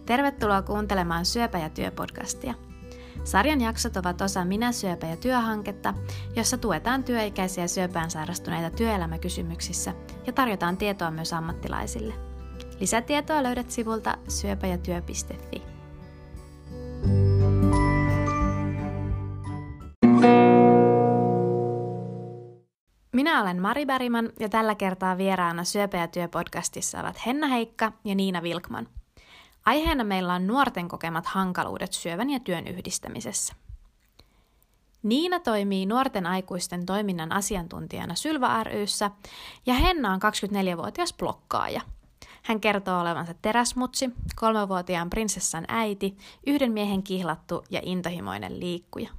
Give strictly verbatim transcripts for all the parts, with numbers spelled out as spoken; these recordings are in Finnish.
Tervetuloa kuuntelemaan Syöpä ja työ-podcastia. Sarjan jaksot ovat osa Minä syöpä ja työ-hanketta, jossa tuetaan työikäisiä syöpään sairastuneita työelämäkysymyksissä ja tarjotaan tietoa myös ammattilaisille. Lisätietoa löydät sivulta syöpäjätyö piste fi. Minä olen Mari Bergman ja tällä kertaa vieraana Syöpä ja työ-podcastissa ovat Henna Heikka ja Niina Vilkman. Aiheena meillä on nuorten kokemat hankaluudet syövän ja työn yhdistämisessä. Niina toimii nuorten aikuisten toiminnan asiantuntijana Sylva ry:ssä ja Henna on kaksikymmentäneljävuotias blokkaaja. Hän kertoo olevansa teräsmutsi, kolmevuotiaan prinsessan äiti, yhden miehen kihlattu ja intohimoinen liikkuja.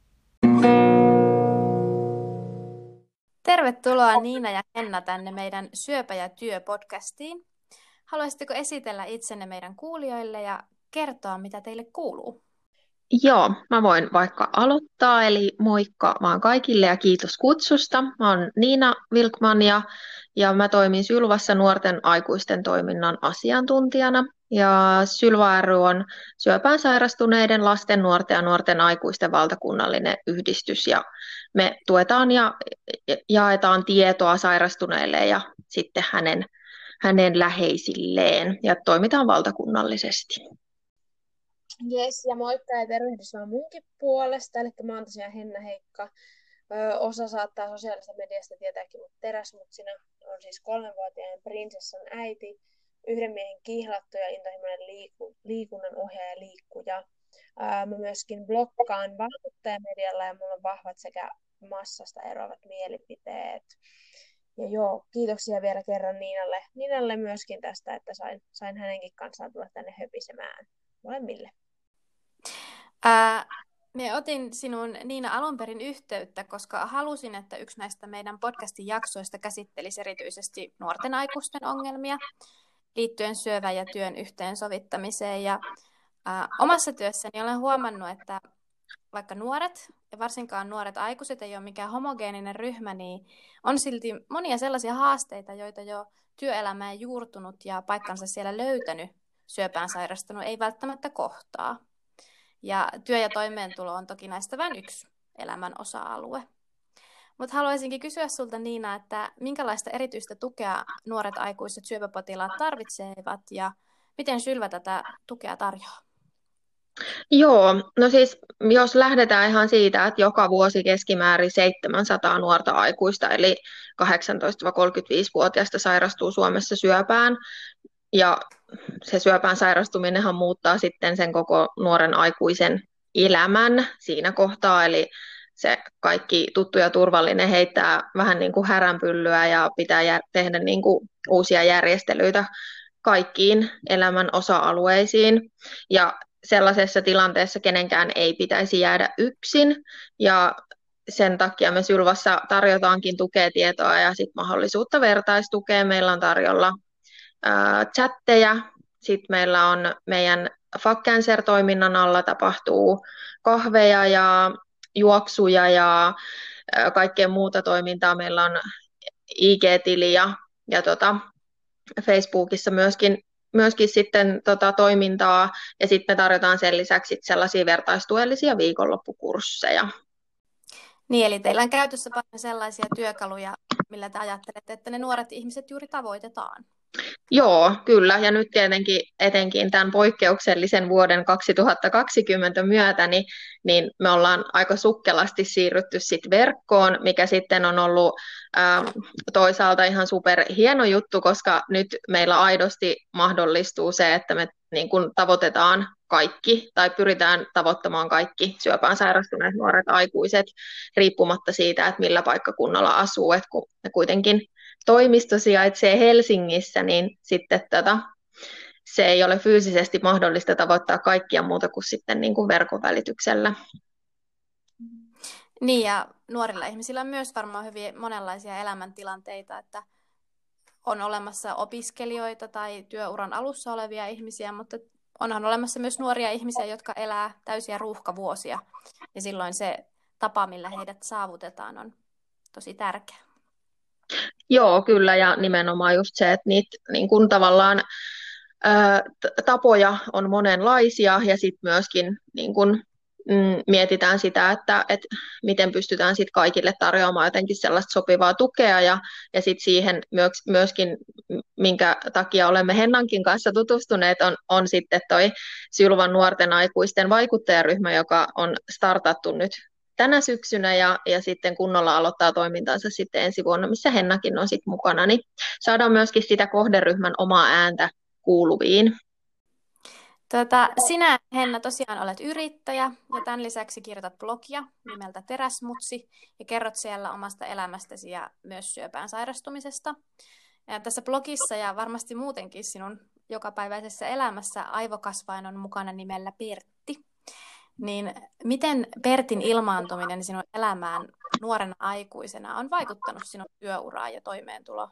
Tervetuloa Niina ja Henna tänne meidän Syöpä ja työ-podcastiin. Haluaisitteko esitellä itsenne meidän kuulijoille ja kertoa, mitä teille kuuluu? Joo, mä voin vaikka aloittaa, eli moikka vaan kaikille ja kiitos kutsusta. Mä oon Niina Vilkman ja, ja mä toimin Sylvassa nuorten aikuisten toiminnan asiantuntijana. Ja Sylva ry on syöpään sairastuneiden lasten, nuorten ja nuorten aikuisten valtakunnallinen yhdistys. Ja me tuetaan ja jaetaan tietoa sairastuneille ja sitten hänen hänen läheisilleen ja toimitaan valtakunnallisesti. Jes, ja moikka ja tervehdys vaan munkin puolesta. Eli mä oon tosiaan Henna Heikka. Ö, osa saattaa sosiaalisesta mediasta tietääkin mut teräsmutsina. On siis kolmenvuotiaan prinsessan äiti, yhden miehen kihlattu ja intohimoinen liiku, liikunnan ohjaaja ja liikkuja. Ö, mä myöskin blokkaan vaikuttajamedialla ja mulla on vahvat sekä massasta eroavat mielipiteet. Ja joo, kiitoksia vielä kerran Niinalle, Niinalle myöskin tästä, että sain, sain hänenkin kanssaan tulla tänne höpisemään molemmille. Ää, minä otin sinun Niina alun perin yhteyttä, koska halusin, että yksi näistä meidän podcastin jaksoista käsittelisi erityisesti nuorten aikuisten ongelmia liittyen syövän ja työn yhteensovittamiseen. Ja, ää, omassa työssäni olen huomannut, että vaikka nuoret ja varsinkaan nuoret aikuiset ei ole mikään homogeeninen ryhmä, niin on silti monia sellaisia haasteita, joita jo työelämään juurtunut ja paikkansa siellä löytänyt syöpään sairastunut ei välttämättä kohtaa. Ja työ ja toimeentulo on toki näistä vain yksi elämän osa-alue. Mutta haluaisinkin kysyä sulta Niina, että minkälaista erityistä tukea nuoret aikuiset syöpäpotilaat tarvitsevat ja miten Sylvä tätä tukea tarjoaa? Joo, no siis jos lähdetään ihan siitä, että joka vuosi keskimäärin seitsemänsataa nuorta aikuista, eli kahdeksantoista–kolmekymmentäviisi-vuotiaista sairastuu Suomessa syöpään, ja se syöpään sairastuminenhan muuttaa sitten sen koko nuoren aikuisen elämän siinä kohtaa, eli se kaikki tuttu ja turvallinen heittää vähän niin kuin häränpyllyä ja pitää tehdä niin kuin uusia järjestelyitä kaikkiin elämän osa-alueisiin, ja sellaisessa tilanteessa kenenkään ei pitäisi jäädä yksin, ja sen takia me Sylvassa tarjotaankin tukea, tietoa ja sit mahdollisuutta vertaistukea. Meillä on tarjolla ää, chatteja, sitten meillä on meidän Fuck Cancer-toiminnan alla tapahtuu kahveja ja juoksuja ja ää, kaikkea muuta toimintaa. Meillä on I G-tili ja, ja tota, Facebookissa myöskin myöskin sitten tota, toimintaa, ja sitten me tarjotaan sen lisäksi sit sellaisia vertaistuellisia viikonloppukursseja. Niin, eli teillä on käytössä paljon sellaisia työkaluja, millä te ajattelette, että ne nuoret ihmiset juuri tavoitetaan. Joo, kyllä, ja nyt tietenkin etenkin tämän poikkeuksellisen vuoden kaksituhattakaksikymmentä myötä, niin, niin me ollaan aika sukkelasti siirrytty sit verkkoon, mikä sitten on ollut ää, toisaalta ihan super hieno juttu, koska nyt meillä aidosti mahdollistuu se, että me niin kun tavoitetaan kaikki tai pyritään tavoittamaan kaikki syöpään sairastuneet nuoret aikuiset riippumatta siitä, että millä paikkakunnalla asuu, että kun me kuitenkin toimisto sijaitsee Helsingissä, niin sitten tätä, se ei ole fyysisesti mahdollista tavoittaa kaikkia muuta kuin sitten niin kuin verkon välityksellä. Niin, ja nuorilla ihmisillä on myös varmaan hyvin monenlaisia elämäntilanteita, että on olemassa opiskelijoita tai työuran alussa olevia ihmisiä, mutta onhan olemassa myös nuoria ihmisiä, jotka elää täysiä ruuhkavuosia, ja silloin se tapa, millä heidät saavutetaan, on tosi tärkeä. Joo, kyllä, ja nimenomaan just se, että niitä niin kun tavallaan tapoja on monenlaisia ja sitten myöskin niin kun, mm, mietitään sitä, että et miten pystytään sit kaikille tarjoamaan jotenkin sellaista sopivaa tukea ja, ja sitten siihen myöskin, minkä takia olemme Hennankin kanssa tutustuneet, on, on sitten toi Sylvan nuorten aikuisten vaikuttajaryhmä, joka on startattu nyt tänä syksynä ja, ja sitten kunnolla aloittaa toimintansa sitten ensi vuonna, missä Hennakin on sitten mukana, niin saadaan myöskin sitä kohderyhmän omaa ääntä kuuluviin. Tota, sinä, Henna, tosiaan olet yrittäjä ja tämän lisäksi kirjoitat blogia nimeltä Teräsmutsi ja kerrot siellä omasta elämästäsi ja myös syöpään sairastumisesta. Ja tässä blogissa ja varmasti muutenkin sinun jokapäiväisessä elämässä aivokasvain on mukana nimellä Pertti. Niin miten Pertin ilmaantuminen sinun elämään nuorena aikuisena on vaikuttanut sinun työuraan ja toimeentuloon?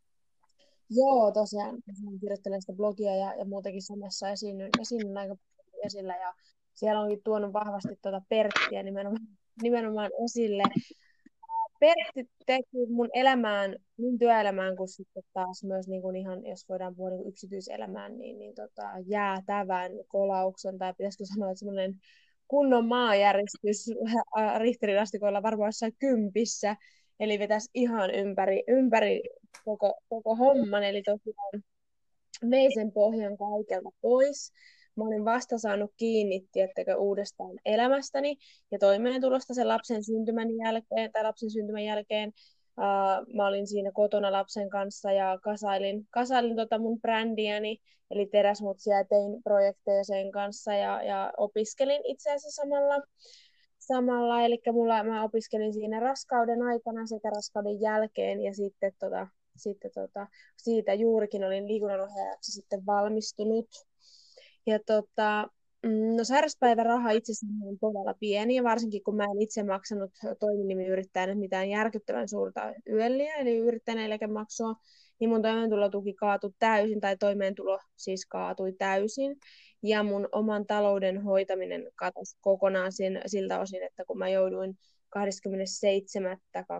Joo, tosiaan, tosiaan kirjoittelen sitä blogia ja, ja muutenkin somessa esiinnyn, esiinnyn aika paljon esillä ja siellä onkin tuonut vahvasti tuota Perttiä nimenomaan, nimenomaan esille. Pertti teki mun elämään, niin työelämään kuin sitten taas myös niin kuin ihan, jos voidaan puhua niin yksityiselämään, niin, niin tota, jäätävän kolauksen, tai pitäisikö sanoa, että semmoinen kunnon maanjäristys rihtirilastikoilla varmaan jossain kympissä, eli vetäisi ihan ympäri, ympäri koko, koko homman, eli tosiaan vei sen pohjan kaikelta pois. Mä olin vasta saanut kiinni, tiettäkö, uudestaan elämästäni ja toimeentulosta sen lapsen syntymän jälkeen, tai lapsen syntymän jälkeen. Uh, mä olin siinä kotona lapsen kanssa ja kasailin, kasailin tota mun brändiäni, eli Teräsmutsia, ja tein projekteja sen kanssa ja, ja opiskelin itse asiassa samalla. samalla. Eli mulla, mä opiskelin siinä raskauden aikana sekä raskauden jälkeen ja sitten, tota, sitten tota, siitä juurikin olin liikunnanohjaajaksi sitten valmistunut. Ja tota, no sairauspäiväraha itse asiassa on todella pieni, ja varsinkin kun mä en itse maksanut toiminimiyrittäjänä mitään järkyttävän suurta yölliä, eli yrittäjän eläkemaksua, niin mun toimeentulotuki kaatui täysin, tai toimeentulo siis kaatui täysin, ja mun oman talouden hoitaminen katosi kokonaan siltä osin, että kun mä jouduin kahdeskymmenesseitsemäs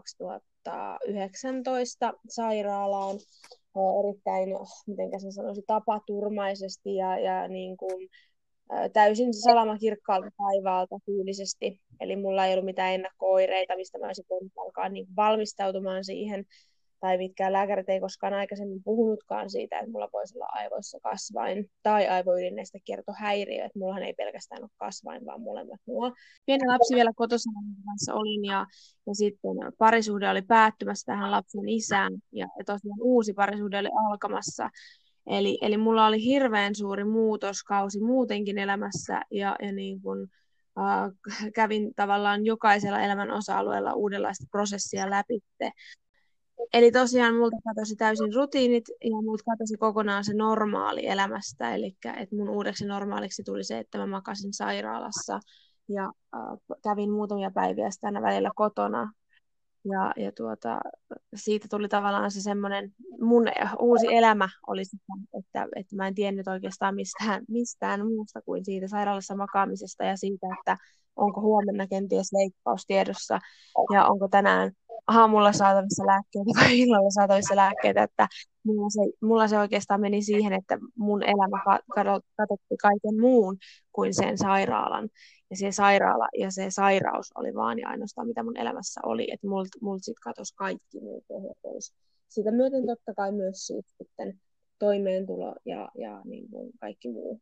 kaksituhattayhdeksäntoista sairaalaan, erittäin, miten sen sanoisi, tapaturmaisesti ja, ja niin kuin, ä, täysin salamakirkkaalta taivaalta tyylisesti. Eli mulla ei ollut mitään ennakko-oireita, mistä mä olisin voinut alkaa niin valmistautumaan siihen. Tai mitkään lääkärit ei koskaan aikaisemmin puhunutkaan siitä, että mulla voisi olla aivoissa kasvain tai aivoyrinneistä kiertohäiriö. Että mullahan ei pelkästään ole kasvain, vaan molemmat nuo. Pieni lapsi vielä kotosana kanssa olin ja, ja sitten parisuhde oli päättymässä tähän lapsen isään ja, ja tosiaan uusi parisuhde oli alkamassa. Eli, eli mulla oli hirveän suuri muutoskausi muutenkin elämässä ja, ja niin kun, äh, kävin tavallaan jokaisella elämän osa-alueella uudenlaista prosessia läpi. Eli tosiaan multa katosi täysin rutiinit ja multa katosi kokonaan se normaali elämästä. Eli että mun uudeksi normaaliksi tuli se, että mä makasin sairaalassa ja äh, kävin muutamia päiviä sitten aina välillä kotona. Ja, ja tuota, siitä tuli tavallaan se semmoinen, mun uusi elämä oli sitä, että, että mä en tiennyt oikeastaan mistään, mistään muusta kuin siitä sairaalassa makaamisesta ja siitä, että onko huomenna kenties leikkaus tiedossa ja onko tänään aamulla saatavissa lääkkeitä vai illalla saatavissa lääkkeitä, että mulla se, mulla se oikeastaan meni siihen, että mun elämä katsottiin kaiken muun kuin sen sairaalan. Ja se sairaala ja se sairaus oli vaan ja ainoastaan, mitä mun elämässä oli, että multa mult sitten katosi kaikki muu pohja pois. Sitä myöten totta kai myös siitä sitten toimeentulo ja, ja niin kuin kaikki muu.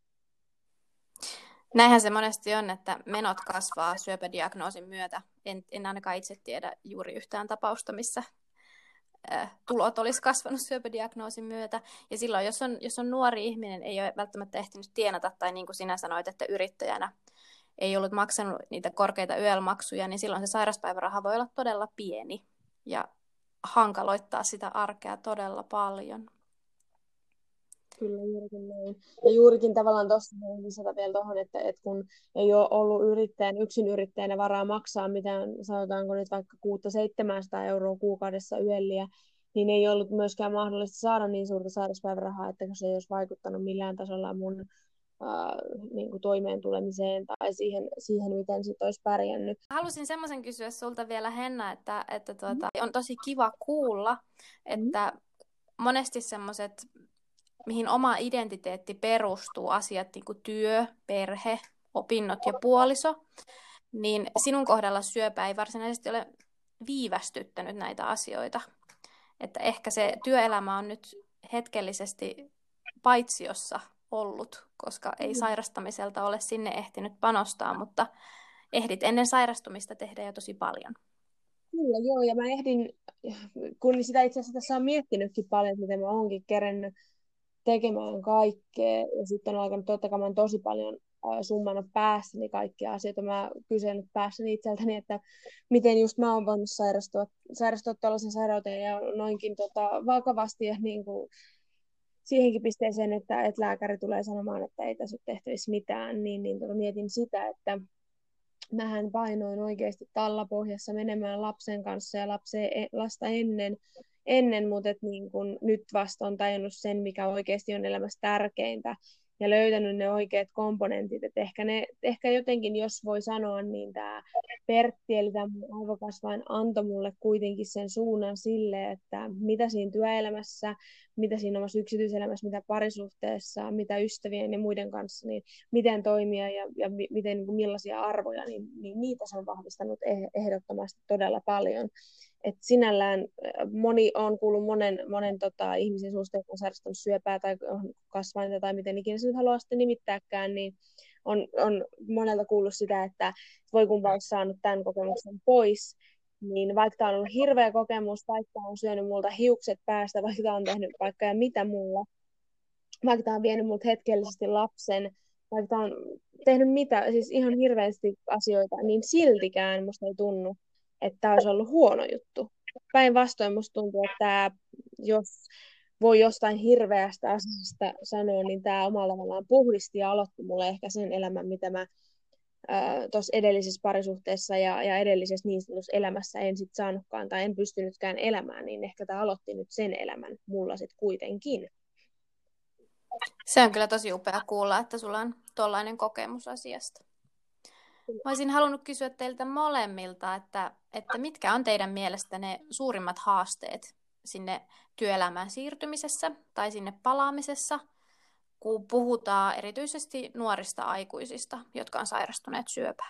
Näinhän se monesti on, että menot kasvaa syöpädiagnoosin myötä. En, en ainakaan itse tiedä juuri yhtään tapausta, missä ä, tulot olisi kasvanut syöpädiagnoosin myötä. Ja silloin, jos on, jos on nuori ihminen, ei ole välttämättä ehtinyt tienata, tai niin kuin sinä sanoit, että yrittäjänä ei ollut maksanut niitä korkeita Y L-maksuja, niin silloin se sairauspäiväraha voi olla todella pieni ja hankaloittaa sitä arkea todella paljon. Kyllä, juurikin näin. Ja juurikin tavallaan tuossa lisätä vielä tuohon, että, että kun ei ole ollut yrittäjän, yksin yrittäjänä varaa maksaa mitään, sanotaanko nyt vaikka kuusi seitsemänsataa euroa kuukaudessa yölliä, niin ei ollut myöskään mahdollista saada niin suurta sairauspäivärahaa, että se ei olisi vaikuttanut millään tasolla mun ää, niin kuin toimeen tulemiseen tai siihen, siihen miten sit olisi pärjännyt. Halusin semmoisen kysyä sulta vielä, Henna, että, että tuota, on tosi kiva kuulla, että monesti semmoiset mihin oma identiteetti perustuu, asiat niin kuin työ, perhe, opinnot ja puoliso, niin sinun kohdalla syöpä ei varsinaisesti ole viivästyttänyt näitä asioita. Että ehkä se työelämä on nyt hetkellisesti paitsiossa ollut, koska ei sairastamiselta ole sinne ehtinyt panostaa, mutta ehdit ennen sairastumista tehdä jo tosi paljon. Kyllä, joo, ja mä ehdin, kun sitä itse asiassa tässä on miettinytkin paljon, että miten mä oonkin kerennyt tekemään kaikkea, ja sitten on alkanut, totta kai mä oon tosi paljon summannut päässäni kaikkia asioita. Mä kysynyt päässäni itseltäni, että miten just mä oon voinut sairastua, sairastua tällaisen sairauteen ja noinkin tota, vakavasti, ja niin kuin siihenkin pisteeseen, että, että lääkäri tulee sanomaan, että ei tässä ole tehtävissä mitään, niin, niin tota, mietin sitä, että mähän painoin oikeasti tallapohjassa menemään lapsen kanssa ja lapseen, lasta ennen, ennen mutta et niin kun nyt vasta on tajunnut sen, mikä oikeasti on elämässä tärkeintä ja löytänyt ne oikeat komponentit. Et ehkä, ne, ehkä jotenkin, jos voi sanoa, niin tämä Pertti, eli tämä aivokasvain, antoi mulle kuitenkin sen suunnan sille, että mitä siinä työelämässä, mitä siinä omassa yksityiselämässä, mitä parisuhteessa, mitä ystävien ja muiden kanssa, niin miten toimia ja, ja miten, niin kuin millaisia arvoja, niin, niin niitä se on vahvistanut ehdottomasti todella paljon. Et sinällään moni on kuullut monen, monen tota, ihmisen suusta, joka on sairastanut syöpää tai kasvainta tai miten ikinä se nyt haluaa sitten nimittääkään, niin on, on monelta kuullut sitä, että voi kumpa olisi saanut tämän kokemuksen pois. Niin vaikka tämä on ollut hirveä kokemus, vaikka tämä on syönyt multa hiukset päästä, vaikka tämä on tehnyt vaikka ja mitä mulla, vaikka tämä on vienyt multa hetkellisesti lapsen, vaikka tämä on tehnyt mitä, siis ihan hirveästi asioita, niin siltikään musta ei tunnu, että tämä olisi ollut huono juttu. Päinvastoin musta tuntuu, että tämä, jos voi jostain hirveästä asiasta sanoa, niin tämä omalla tavallaan puhdisti ja aloitti mulle ehkä sen elämän, mitä mä tuossa edellisessä parisuhteessa ja, ja edellisessä niin sanotussa elämässä en sit saanutkaan tai en pystynytkään elämään, niin ehkä tämä aloitti nyt sen elämän mulla sitten kuitenkin. Se on kyllä tosi upea kuulla, että sulla on tollainen kokemus asiasta. Mä olisin halunnut kysyä teiltä molemmilta, että, että mitkä on teidän mielestä ne suurimmat haasteet sinne työelämään siirtymisessä tai sinne palaamisessa, kun puhutaan erityisesti nuorista aikuisista, jotka on sairastuneet syöpään?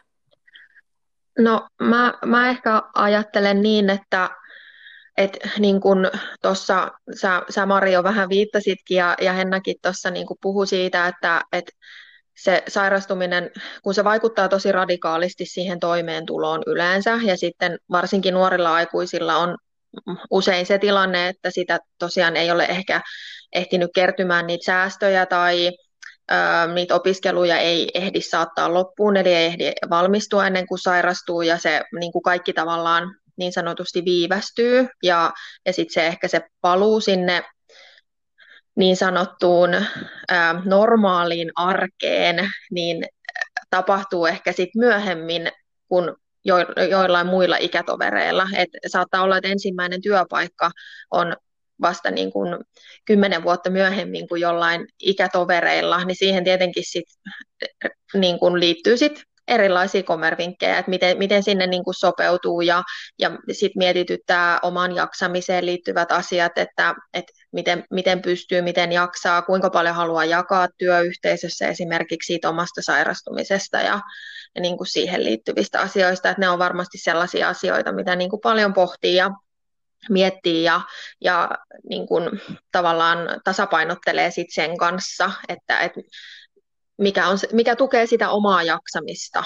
No mä, mä ehkä ajattelen niin, että et, niin kuin tuossa sä, sä Mari jo vähän viittasitkin ja, ja Hennakin tuossa niin kuin puhui siitä, että et se sairastuminen, kun se vaikuttaa tosi radikaalisti siihen toimeentuloon yleensä ja sitten varsinkin nuorilla aikuisilla on usein se tilanne, että sitä tosiaan ei ole ehkä ehtinyt kertymään niitä säästöjä tai ö, niitä opiskeluja ei ehdi saattaa loppuun, eli ei ehdi valmistua ennen kuin sairastuu ja se niin kuin kaikki tavallaan niin sanotusti viivästyy ja, ja sitten se ehkä se paluu sinne niin sanottuun ä, normaaliin arkeen, niin tapahtuu ehkä sitten myöhemmin kuin jo, joillain muilla ikätovereilla. Et saattaa olla, että ensimmäinen työpaikka on vasta niin kuin kymmenen vuotta myöhemmin kuin jollain ikätovereilla, niin siihen tietenkin sit, niin kuin liittyy sit erilaisia kommervinkkejä, että miten, miten sinne niin kuin sopeutuu ja, ja sitten mietityttää omaan jaksamiseen liittyvät asiat, että, että miten, miten pystyy, miten jaksaa, kuinka paljon haluaa jakaa työyhteisössä esimerkiksi siitä omasta sairastumisesta ja, ja niin kuin siihen liittyvistä asioista, että ne on varmasti sellaisia asioita, mitä niin kuin paljon pohtii ja miettii ja, ja niin kuin tavallaan tasapainottelee sit sen kanssa, että, että mikä, on, mikä tukee sitä omaa jaksamista.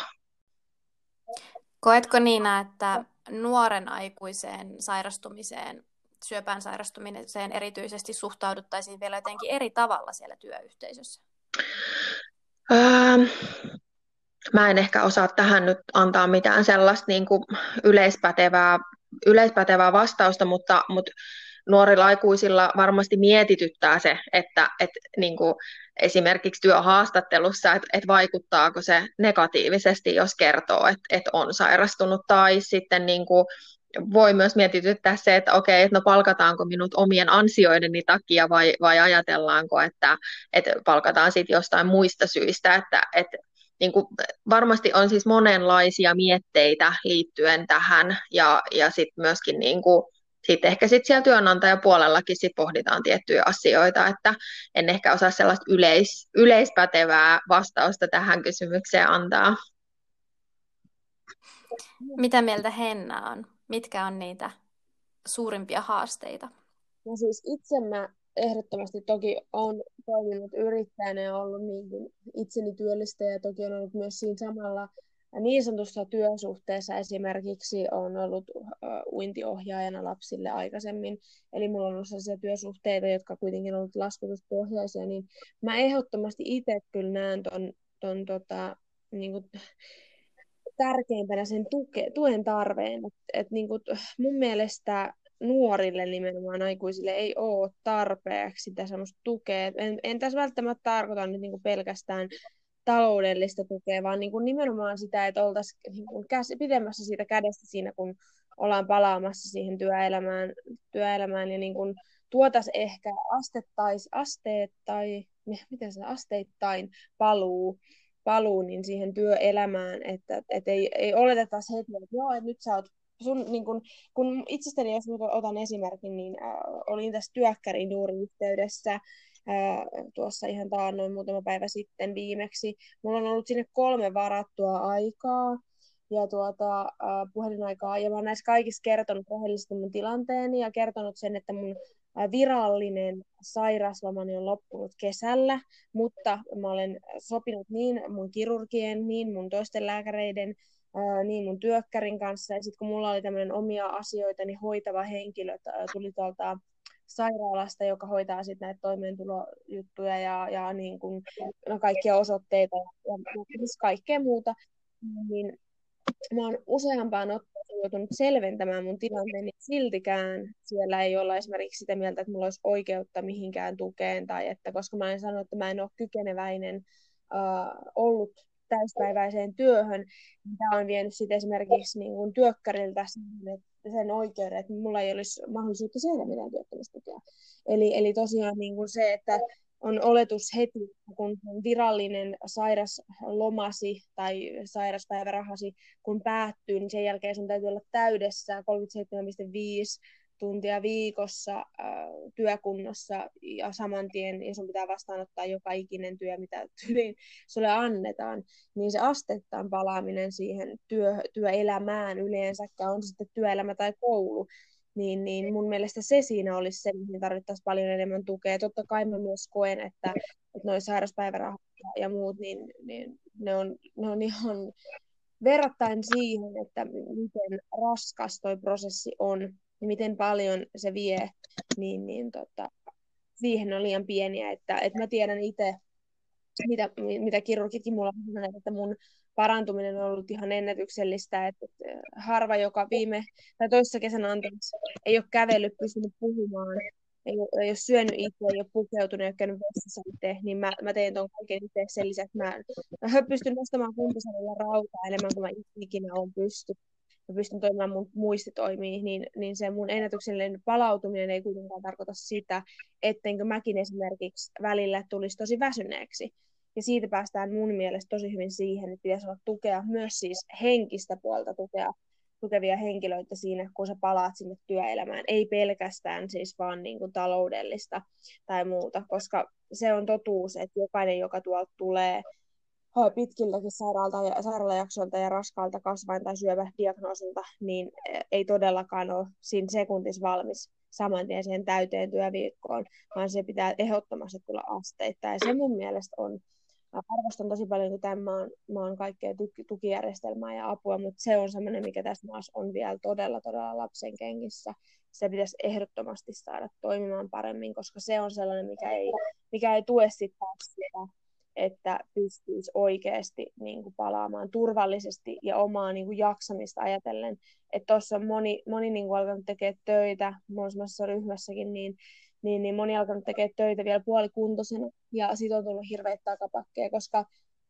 Koetko Niina, että nuoren aikuiseen sairastumiseen, syöpään sairastumiseen erityisesti suhtauduttaisiin vielä jotenkin eri tavalla siellä työyhteisössä? Öö, mä en ehkä osaa tähän nyt antaa mitään sellaista niin kuin yleispätevää, yleispätevää vastausta, mutta, mutta nuorilla aikuisilla varmasti mietityttää se, että, että niin kuin esimerkiksi työhaastattelussa, että, että vaikuttaako se negatiivisesti, jos kertoo, että, että on sairastunut, tai sitten niin kuin voi myös mietityttää se, että okei, että no palkataanko minut omien ansioideni takia vai, vai ajatellaanko, että, että palkataan sitten jostain muista syistä, että, että niin kuin varmasti on siis monenlaisia mietteitä liittyen tähän ja, ja sitten myöskin niin kuin sitten ehkä sit siellä työnantajapuolellakin sit pohditaan tiettyjä asioita, että en ehkä osaa sellaista yleis, yleispätevää vastausta tähän kysymykseen antaa. Mitä mieltä Henna on? Mitkä on niitä suurimpia haasteita? No siis itse mä ehdottomasti toki olen toiminut yrittäjänä ja ollut niin kuin itseni työllistäjä ja toki on ollut myös siinä samalla niin sanotussa työsuhteessa esimerkiksi on ollut uh, uintiohjaajana lapsille aikaisemmin. Eli mulla on ollut sellaisia työsuhteita, jotka kuitenkin on ollut laskutuspohjaisia, niin mä ehdottomasti itse kyllä näen ton, ton tota, niin kuin tärkeimpänä sen tuke, tuen tarveen. Et, et niin kuin, mun mielestä nuorille nimenomaan aikuisille ei ole tarpeeksi sitä semmoista tukea. En, en tässä välttämättä tarkoita nyt niin kuin pelkästään taloudellista tukea, vaan niin kuin nimenomaan sitä, että oltaisiin niin kuin käs, pidemmässä siitä kädestä siinä, kun ollaan palaamassa siihen työelämään, työelämään ja niin kuin tuotaisiin ehkä astettais, asteet tai miten se asteittain paluu paluu niin siihen työelämään, että et ei, ei oletettaisi heti, että joo, että nyt sä oot sun, niin kun, kun itsestäni, jos nyt otan esimerkin, niin äh, olin tässä työkkärin juuri yhteydessä äh, tuossa ihan taannoin muutama päivä sitten viimeksi. Mulla on ollut sinne kolme varattua aikaa ja tuota, äh, puhelinaikaa, ja mä oon näissä kaikissa kertonut rehellisesti mun tilanteeni ja kertonut sen, että mun virallinen sairaslomani on loppunut kesällä, mutta mä olen sopinut niin mun kirurgien, niin mun toisten lääkäreiden, ää, niin mun työkkärin kanssa. Ja sitten kun mulla oli tämmöinen omia asioita, niin hoitava henkilö ää, tuli tuolta sairaalasta, joka hoitaa sitten näitä toimeentulojuttuja ja, ja niin kun, no kaikkia osoitteita ja, ja siis kaikkea muuta. Niin mä oon useampaan otteeseen joutunut selventämään mun tilanteen, niin siltikään siellä ei olla esimerkiksi sitä mieltä, että mulla olisi oikeutta mihinkään tukeen, tai että koska mä en sano, että mä en ole kykeneväinen uh, ollut täyspäiväiseen työhön, niin tämä on vienyt sitten esimerkiksi niin kuin työkkäriltä sen oikeuden, että mulla ei olisi mahdollisuutta saada mitään työttömyystukea. Eli, eli tosiaan niin kuin se, että on oletus heti, kun virallinen sairaslomasi tai sairaspäivärahasi kun päättyy, niin sen jälkeen sun täytyy olla täydessä kolmekymmentäseitsemän pilkku viisi tuntia viikossa äh, työkunnossa ja saman tien, ja sun pitää vastaanottaa joka ikinen työ, mitä tyyliin sulle annetaan, niin se astettaan palaaminen siihen työ, työelämään yleensäkään, on se sitten työelämä tai koulu, niin, niin mun mielestä se siinä olisi se, mihin tarvittaisiin paljon enemmän tukea. Totta kai mä myös koen, että, että noin sairauspäivärahat ja muut, niin, niin ne, on, ne on ihan verrattain siihen, että miten raskas toi prosessi on ja miten paljon se vie, niin, niin tota, siihen on liian pieniä. Että, että mä tiedän itse, mitä, mitä kirurgitkin mulla on sanonut, että mun parantuminen on ollut ihan ennätyksellistä, että harva, joka viime tai toisessa kesänä anteeksi, ei ole kävellyt, pystynyt puhumaan, ei ole, ei ole syönyt itse, ei ole pukeutunut, ei ole käynyt vessassa itse, niin mä, mä teen tuon kaiken itse sen lisäksi. Mä, mä pystyn nostamaan kuntosalilla rautaa enemmän kuin mä ikinä olen pysty. Mä pystyn toimimaan, mun muisti toimii, niin, niin se mun ennätyksellinen palautuminen ei kuitenkaan tarkoita sitä, ettenkö mäkin esimerkiksi välillä tulisi tosi väsyneeksi. Ja siitä päästään mun mielestä tosi hyvin siihen, että pitäisi olla tukea, myös siis henkistä puolta tukea, tukevia henkilöitä siinä, kun sä palaat sinne työelämään. Ei pelkästään siis vaan niin kuin taloudellista tai muuta, koska se on totuus, että jokainen, joka tuolta tulee pitkiltäkin sairaalta, sairaalajaksolta ja raskaalta kasvain- tai syövädiagnoosilta, niin ei todellakaan ole siinä sekuntissa valmis saman tien siihen täyteen työviikkoon, vaan se pitää ehdottomasti tulla asteittain. Ja se mun mielestä on, arvostan tosi paljon, kun tämän maan, maan kaikkea tukijärjestelmää ja apua, mutta se on semmoinen, mikä tässä maassa on vielä todella, todella lapsen kengissä. Se pitäisi ehdottomasti saada toimimaan paremmin, koska se on sellainen, mikä ei, mikä ei tue sit taas sitä, että pystyisi oikeasti niin kuin palaamaan turvallisesti ja omaa niin kuin jaksamista ajatellen. Että tuossa on moni, moni niin kuin alkanut tekemään töitä, monessa ryhmässäkin, niin, niin, niin moni alkanut tekemään töitä vielä puolikuntoisena, ja siitä on tullut hirveitä takapakkeja, koska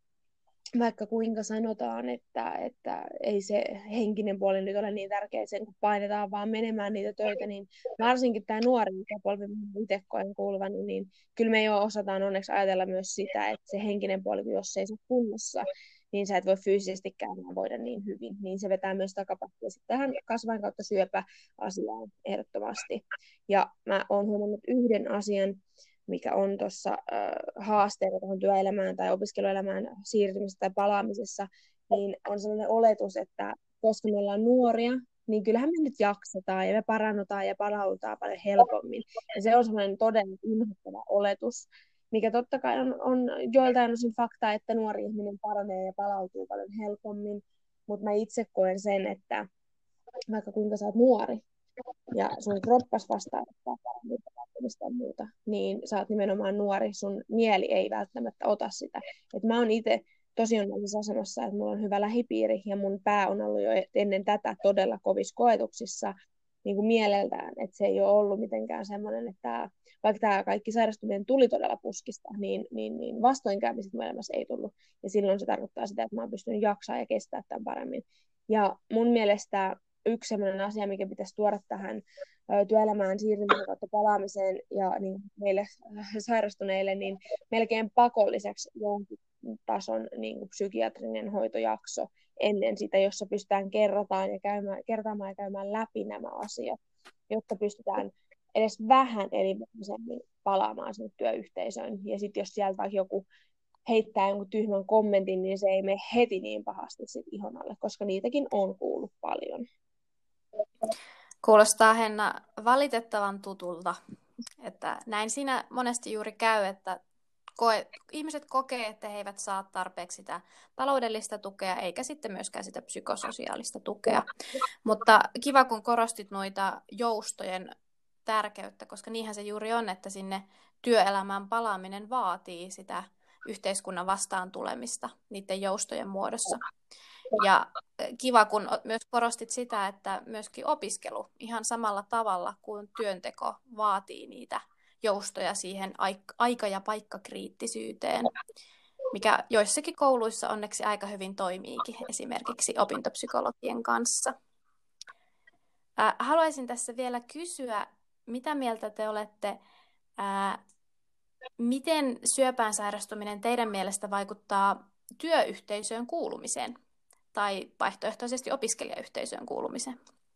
vaikka kuinka sanotaan, että, että ei se henkinen puoli nyt ole niin tärkeä, sen kun painetaan vaan menemään niitä töitä, niin varsinkin tämä nuori ikäpolvi, mihin itse koen kuuluvan, niin kyllä me jo osataan onneksi ajatella myös sitä, että se henkinen puoli, jos ei se kunnossa, niin sä et voi fyysisestikään enää voida niin hyvin. Niin se vetää myös takapakkia sitten tähän kasvain kautta syöpäasiaan ehdottomasti. Ja mä oon huomannut yhden asian, mikä on tuossa äh, haasteena tuohon työelämään tai opiskeluelämään siirtymisessä tai palaamisessa, niin on sellainen oletus, että koska me ollaan nuoria, niin kyllähän me nyt jaksetaan ja me parannutaan ja palaudutaan paljon helpommin. Ja se on sellainen todella inhottava oletus, mikä totta kai on, on joiltain osin fakta, että nuori ihminen paranee ja palautuu paljon helpommin, mutta mä itse koen sen, että vaikka kuinka sä oot nuori ja sun kroppas vastaa parantumista ja muuta, niin sä oot nimenomaan nuori, sun mieli ei välttämättä ota sitä. Et mä oon itse tosi onnellisessa asemassa, että mulla on hyvä lähipiiri ja mun pää on ollut jo ennen tätä todella kovissa koetuksissa niin kuin mieleltään, että se ei ole ollut mitenkään semmoinen, että tämä, vaikka tämä kaikki sairastuminen tuli todella puskista, niin, niin, niin vastoinkäymiset mun elämässä ei tullut. Ja silloin se tarkoittaa sitä, että mä oon pystynyt jaksaa ja kestää tämän paremmin. Ja mun mielestä yksi semmoinen asia, mikä pitäisi tuoda tähän työelämään siirtymisen kautta palaamiseen ja niin meille sairastuneille, niin melkein pakolliseksi jonkin tason niin kuin psykiatrinen hoitojakso ennen sitä, jossa pystytään kerrataan ja käymään, kertaamaan ja käymään läpi nämä asiat, jotta pystytään edes vähän elimellisesti palaamaan sinne työyhteisöön. Ja sitten jos sieltä vaikka joku heittää jonkun tyhmän kommentin, niin se ei mene heti niin pahasti sit ihon alle, koska niitäkin on kuullut paljon. Kuulostaa, Henna, valitettavan tutulta, että näin siinä monesti juuri käy, että koe, ihmiset kokee, että he eivät saa tarpeeksi sitä taloudellista tukea, eikä sitten myöskään sitä psykososiaalista tukea. Mutta kiva, kun korostit noita joustojen tärkeyttä, koska niinhän se juuri on, että sinne työelämään palaaminen vaatii sitä yhteiskunnan vastaan tulemista niiden joustojen muodossa. Ja kiva, kun myös korostit sitä, että myöskin opiskelu ihan samalla tavalla kuin työnteko vaatii niitä joustoja siihen aika- ja paikkakriittisyyteen, mikä joissakin kouluissa onneksi aika hyvin toimiikin, esimerkiksi opintopsykologien kanssa. Äh, haluaisin tässä vielä kysyä, mitä mieltä te olette, äh, miten syöpään sairastuminen teidän mielestä vaikuttaa työyhteisöön kuulumiseen tai vaihtoehtoisesti opiskelijayhteisöön kuulumiseen?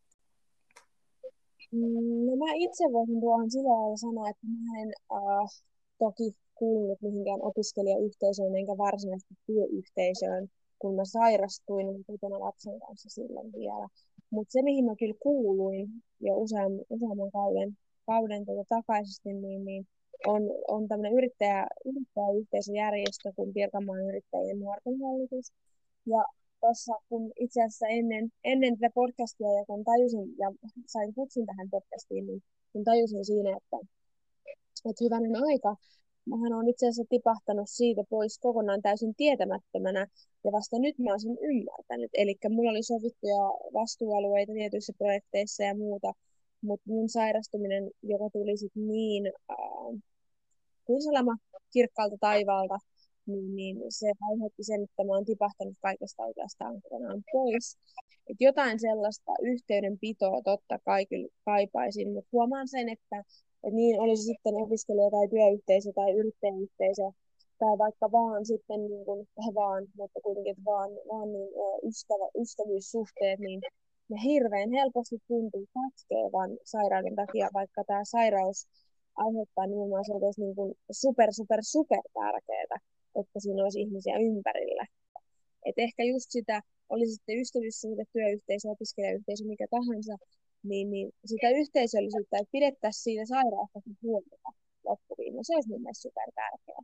No mä itse voisin tuohon sillä lailla sanoa, että mä en äh, toki kuulunut mihinkään opiskelijayhteisöön enkä varsinaisesti työyhteisöön, kun mä sairastuin kotona lapsen kanssa silloin vielä. Mutta se, mihin mä kyllä kuuluin jo useamman, useamman kauden, kauden tuota takaisesti, niin, niin on, on tämmöinen yrittäjä, yrittäjäyhteisöjärjestö kuin Pirkanmaan yrittäjien nuorten hallitus. Ja tuossa, kun itse asiassa ennen, ennen tätä podcastia, ja kun tajusin ja sain kutsun tähän podcastiin, niin kun tajusin siinä, että, että hyvänen aika, mähän olen itse asiassa tipahtanut siitä pois kokonaan täysin tietämättömänä, ja vasta nyt mä olen sen ymmärtänyt. Eli mulla oli sovittuja vastuualueita tietyissä projekteissa ja muuta, mutta mun sairastuminen, joka tuli sitten niin äh, kuin salama kirkkaalta taivaalta, niin, niin se aiheutti sen, että mä oon tipahtanut kaikesta oikeastaan kokonaan pois. Et jotain sellaista yhteydenpitoa totta kai kyllä kaipaisin, mutta huomaan sen, että, että niin olisi sitten opiskelija- tai työyhteisö tai yrittäjäyhteisö, tai vaikka vaan sitten niin kuin, vaan, mutta kuitenkin että vaan, vaan niin, ystävä, ystävyyssuhteet, niin ne hirveän helposti tuntuu katkeavan sairauden takia, vaikka tämä sairaus aiheuttaa nimenomaan se, että olisi niin kuin super, super, super tärkeää, että siinä olisi ihmisiä ympärillä. Et ehkä just sitä, olisi sitten ystävyyssuhde, työyhteisö, opiskelijayhteisö, mikä tahansa, niin, niin sitä yhteisöllisyyttä, että pidettäisiin siitä sairaasta huolta loppuviin. Se olisi mun mielestä super tärkeää.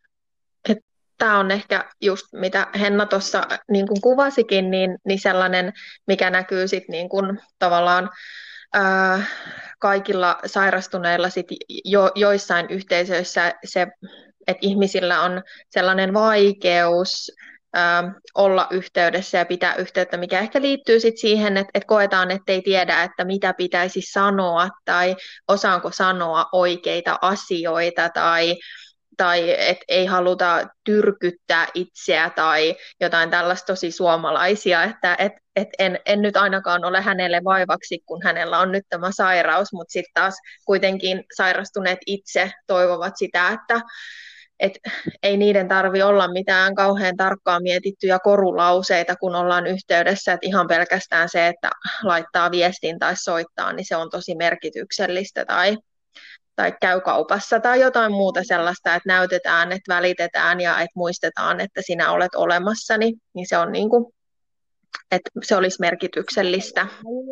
Tämä on ehkä just mitä Henna tuossa niin kuin kuvasikin, niin, niin sellainen, mikä näkyy sitten niin kuin tavallaan ää, kaikilla sairastuneilla sit jo, joissain yhteisöissä se, että ihmisillä on sellainen vaikeus ää, olla yhteydessä ja pitää yhteyttä, mikä ehkä liittyy sit siihen, että, että koetaan, että ei tiedä, että mitä pitäisi sanoa tai osaanko sanoa oikeita asioita tai tai että ei haluta tyrkyttää itseä tai jotain tällaista tosi suomalaisia, että et, et en, en nyt ainakaan ole hänelle vaivaksi, kun hänellä on nyt tämä sairaus, mutta sitten taas kuitenkin sairastuneet itse toivovat sitä, että et ei niiden tarvi olla mitään kauhean tarkkaan mietittyjä korulauseita, kun ollaan yhteydessä, että ihan pelkästään se, että laittaa viestin tai soittaa, niin se on tosi merkityksellistä, tai, tai käy kaupassa tai jotain muuta sellaista, että näytetään, että välitetään ja että muistetaan, että sinä olet olemassa, niin, niin se on niin kuin, että se olisi merkityksellistä.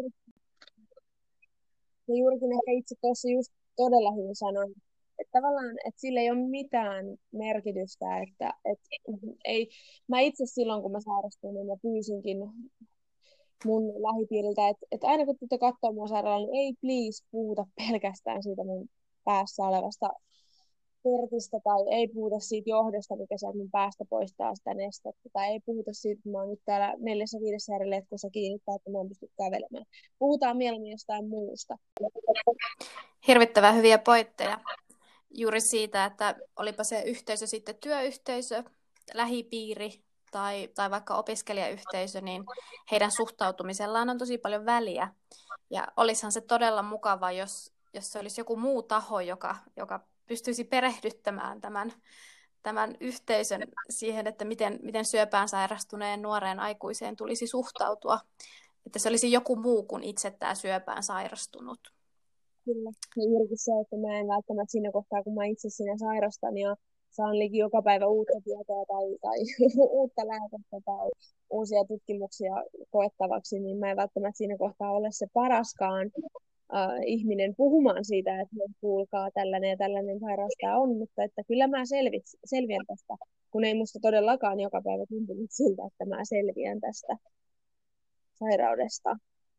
Ja juurikin ehkä itse tuossa just todella hyvin sanoin, että tavallaan, että sillä ei ole mitään merkitystä, että, että ei, mä itse silloin, kun mä sairastuin, niin mä pyysinkin mun lähipiiriltä, että, että aina kun tuutte katsoa mua sairaalalla, niin ei please puhuta pelkästään siitä mun päässä olevasta pertistä, tai ei puhuta siitä johdosta, mikä sieltä mun päästä poistaa sitä nestettä, tai ei puhuta siitä, että mä oon nyt täällä neljässä viidessä eri letkussa kiinni, tai että mä en pysty kävelemään. Puhutaan mieluummin jostain muusta. Hirvittävän hyviä pointteja juuri siitä, että olipa se yhteisö sitten työyhteisö, lähipiiri tai, tai vaikka opiskelijayhteisö, niin heidän suhtautumisellaan on tosi paljon väliä. Ja olisihan se todella mukava, jos, jos se olisi joku muu taho, joka, joka pystyisi perehdyttämään tämän, tämän yhteisön siihen, että miten, miten syöpään sairastuneen nuoreen aikuiseen tulisi suhtautua. Että se olisi joku muu kuin itse tämä syöpään sairastunut. Kyllä. Ja juurikin se, että mä en välttämättä siinä kohtaa, kun mä itse siinä sairastan ja saan liki joka päivä uutta tietoa tai, tai uutta lääkettä tai uusia tutkimuksia koettavaksi, niin mä en välttämättä siinä kohtaa ole se paraskaan äh, ihminen puhumaan siitä, että kuulkaa tällainen ja tällainen sairaus tämä on, mutta että kyllä mä selvit, selviän tästä, kun ei musta todellakaan joka päivä tuntunut siltä, että mä selviän tästä sairaudesta.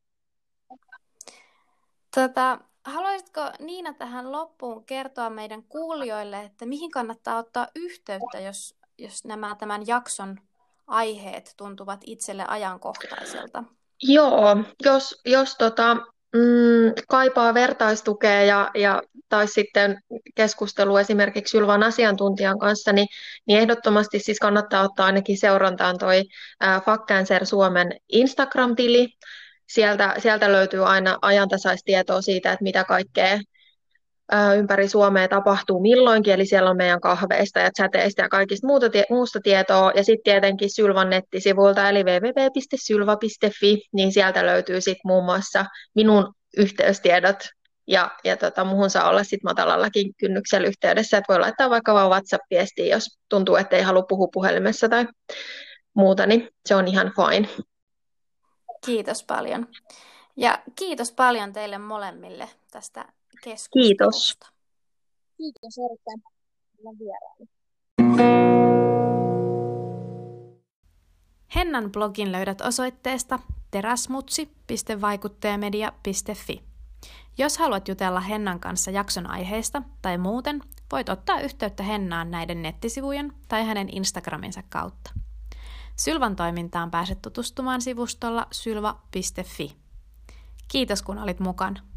Tota, haluaisitko Niina tähän loppuun kertoa meidän kuulijoille, että mihin kannattaa ottaa yhteyttä, jos, jos nämä tämän jakson aiheet tuntuvat itselle ajankohtaiselta? Joo, jos, jos tota, mm, kaipaa vertaistukea ja, ja, tai sitten keskustelua esimerkiksi Sylvan asiantuntijan kanssa, niin, niin ehdottomasti siis kannattaa ottaa ainakin seurantaan toi ää, Fuck Cancer Suomen Instagram-tili. Sieltä, sieltä löytyy aina ajantasaistietoa siitä, että mitä kaikkea ää, ympäri Suomea tapahtuu milloinkin, eli siellä on meidän kahveista ja chateista ja kaikista muuta, muusta tietoa, ja sitten tietenkin Sylvan nettisivuilta, eli double-u double-u double-u piste sylva piste fi, niin sieltä löytyy sitten muun muassa minun yhteystiedot, ja, ja tota, muhun saa olla sitten matalallakin kynnyksellä yhteydessä, että voi laittaa vaikka vaan WhatsApp-viestiä, jos tuntuu, että ei halua puhua puhelimessa tai muuta, niin se on ihan fine. Kiitos paljon. Ja kiitos paljon teille molemmille tästä keskustelusta. Kiitos. Kiitos erittäin paljon vieraille. Hennan blogin löydät osoitteesta teräsmutsi piste vaikuttajamedia piste fi. Jos haluat jutella Hennan kanssa jakson aiheesta tai muuten, voit ottaa yhteyttä Hennaan näiden nettisivujen tai hänen Instagraminsa kautta. Sylvan toimintaan pääset tutustumaan sivustolla sylva piste fi. Kiitos kun olit mukana.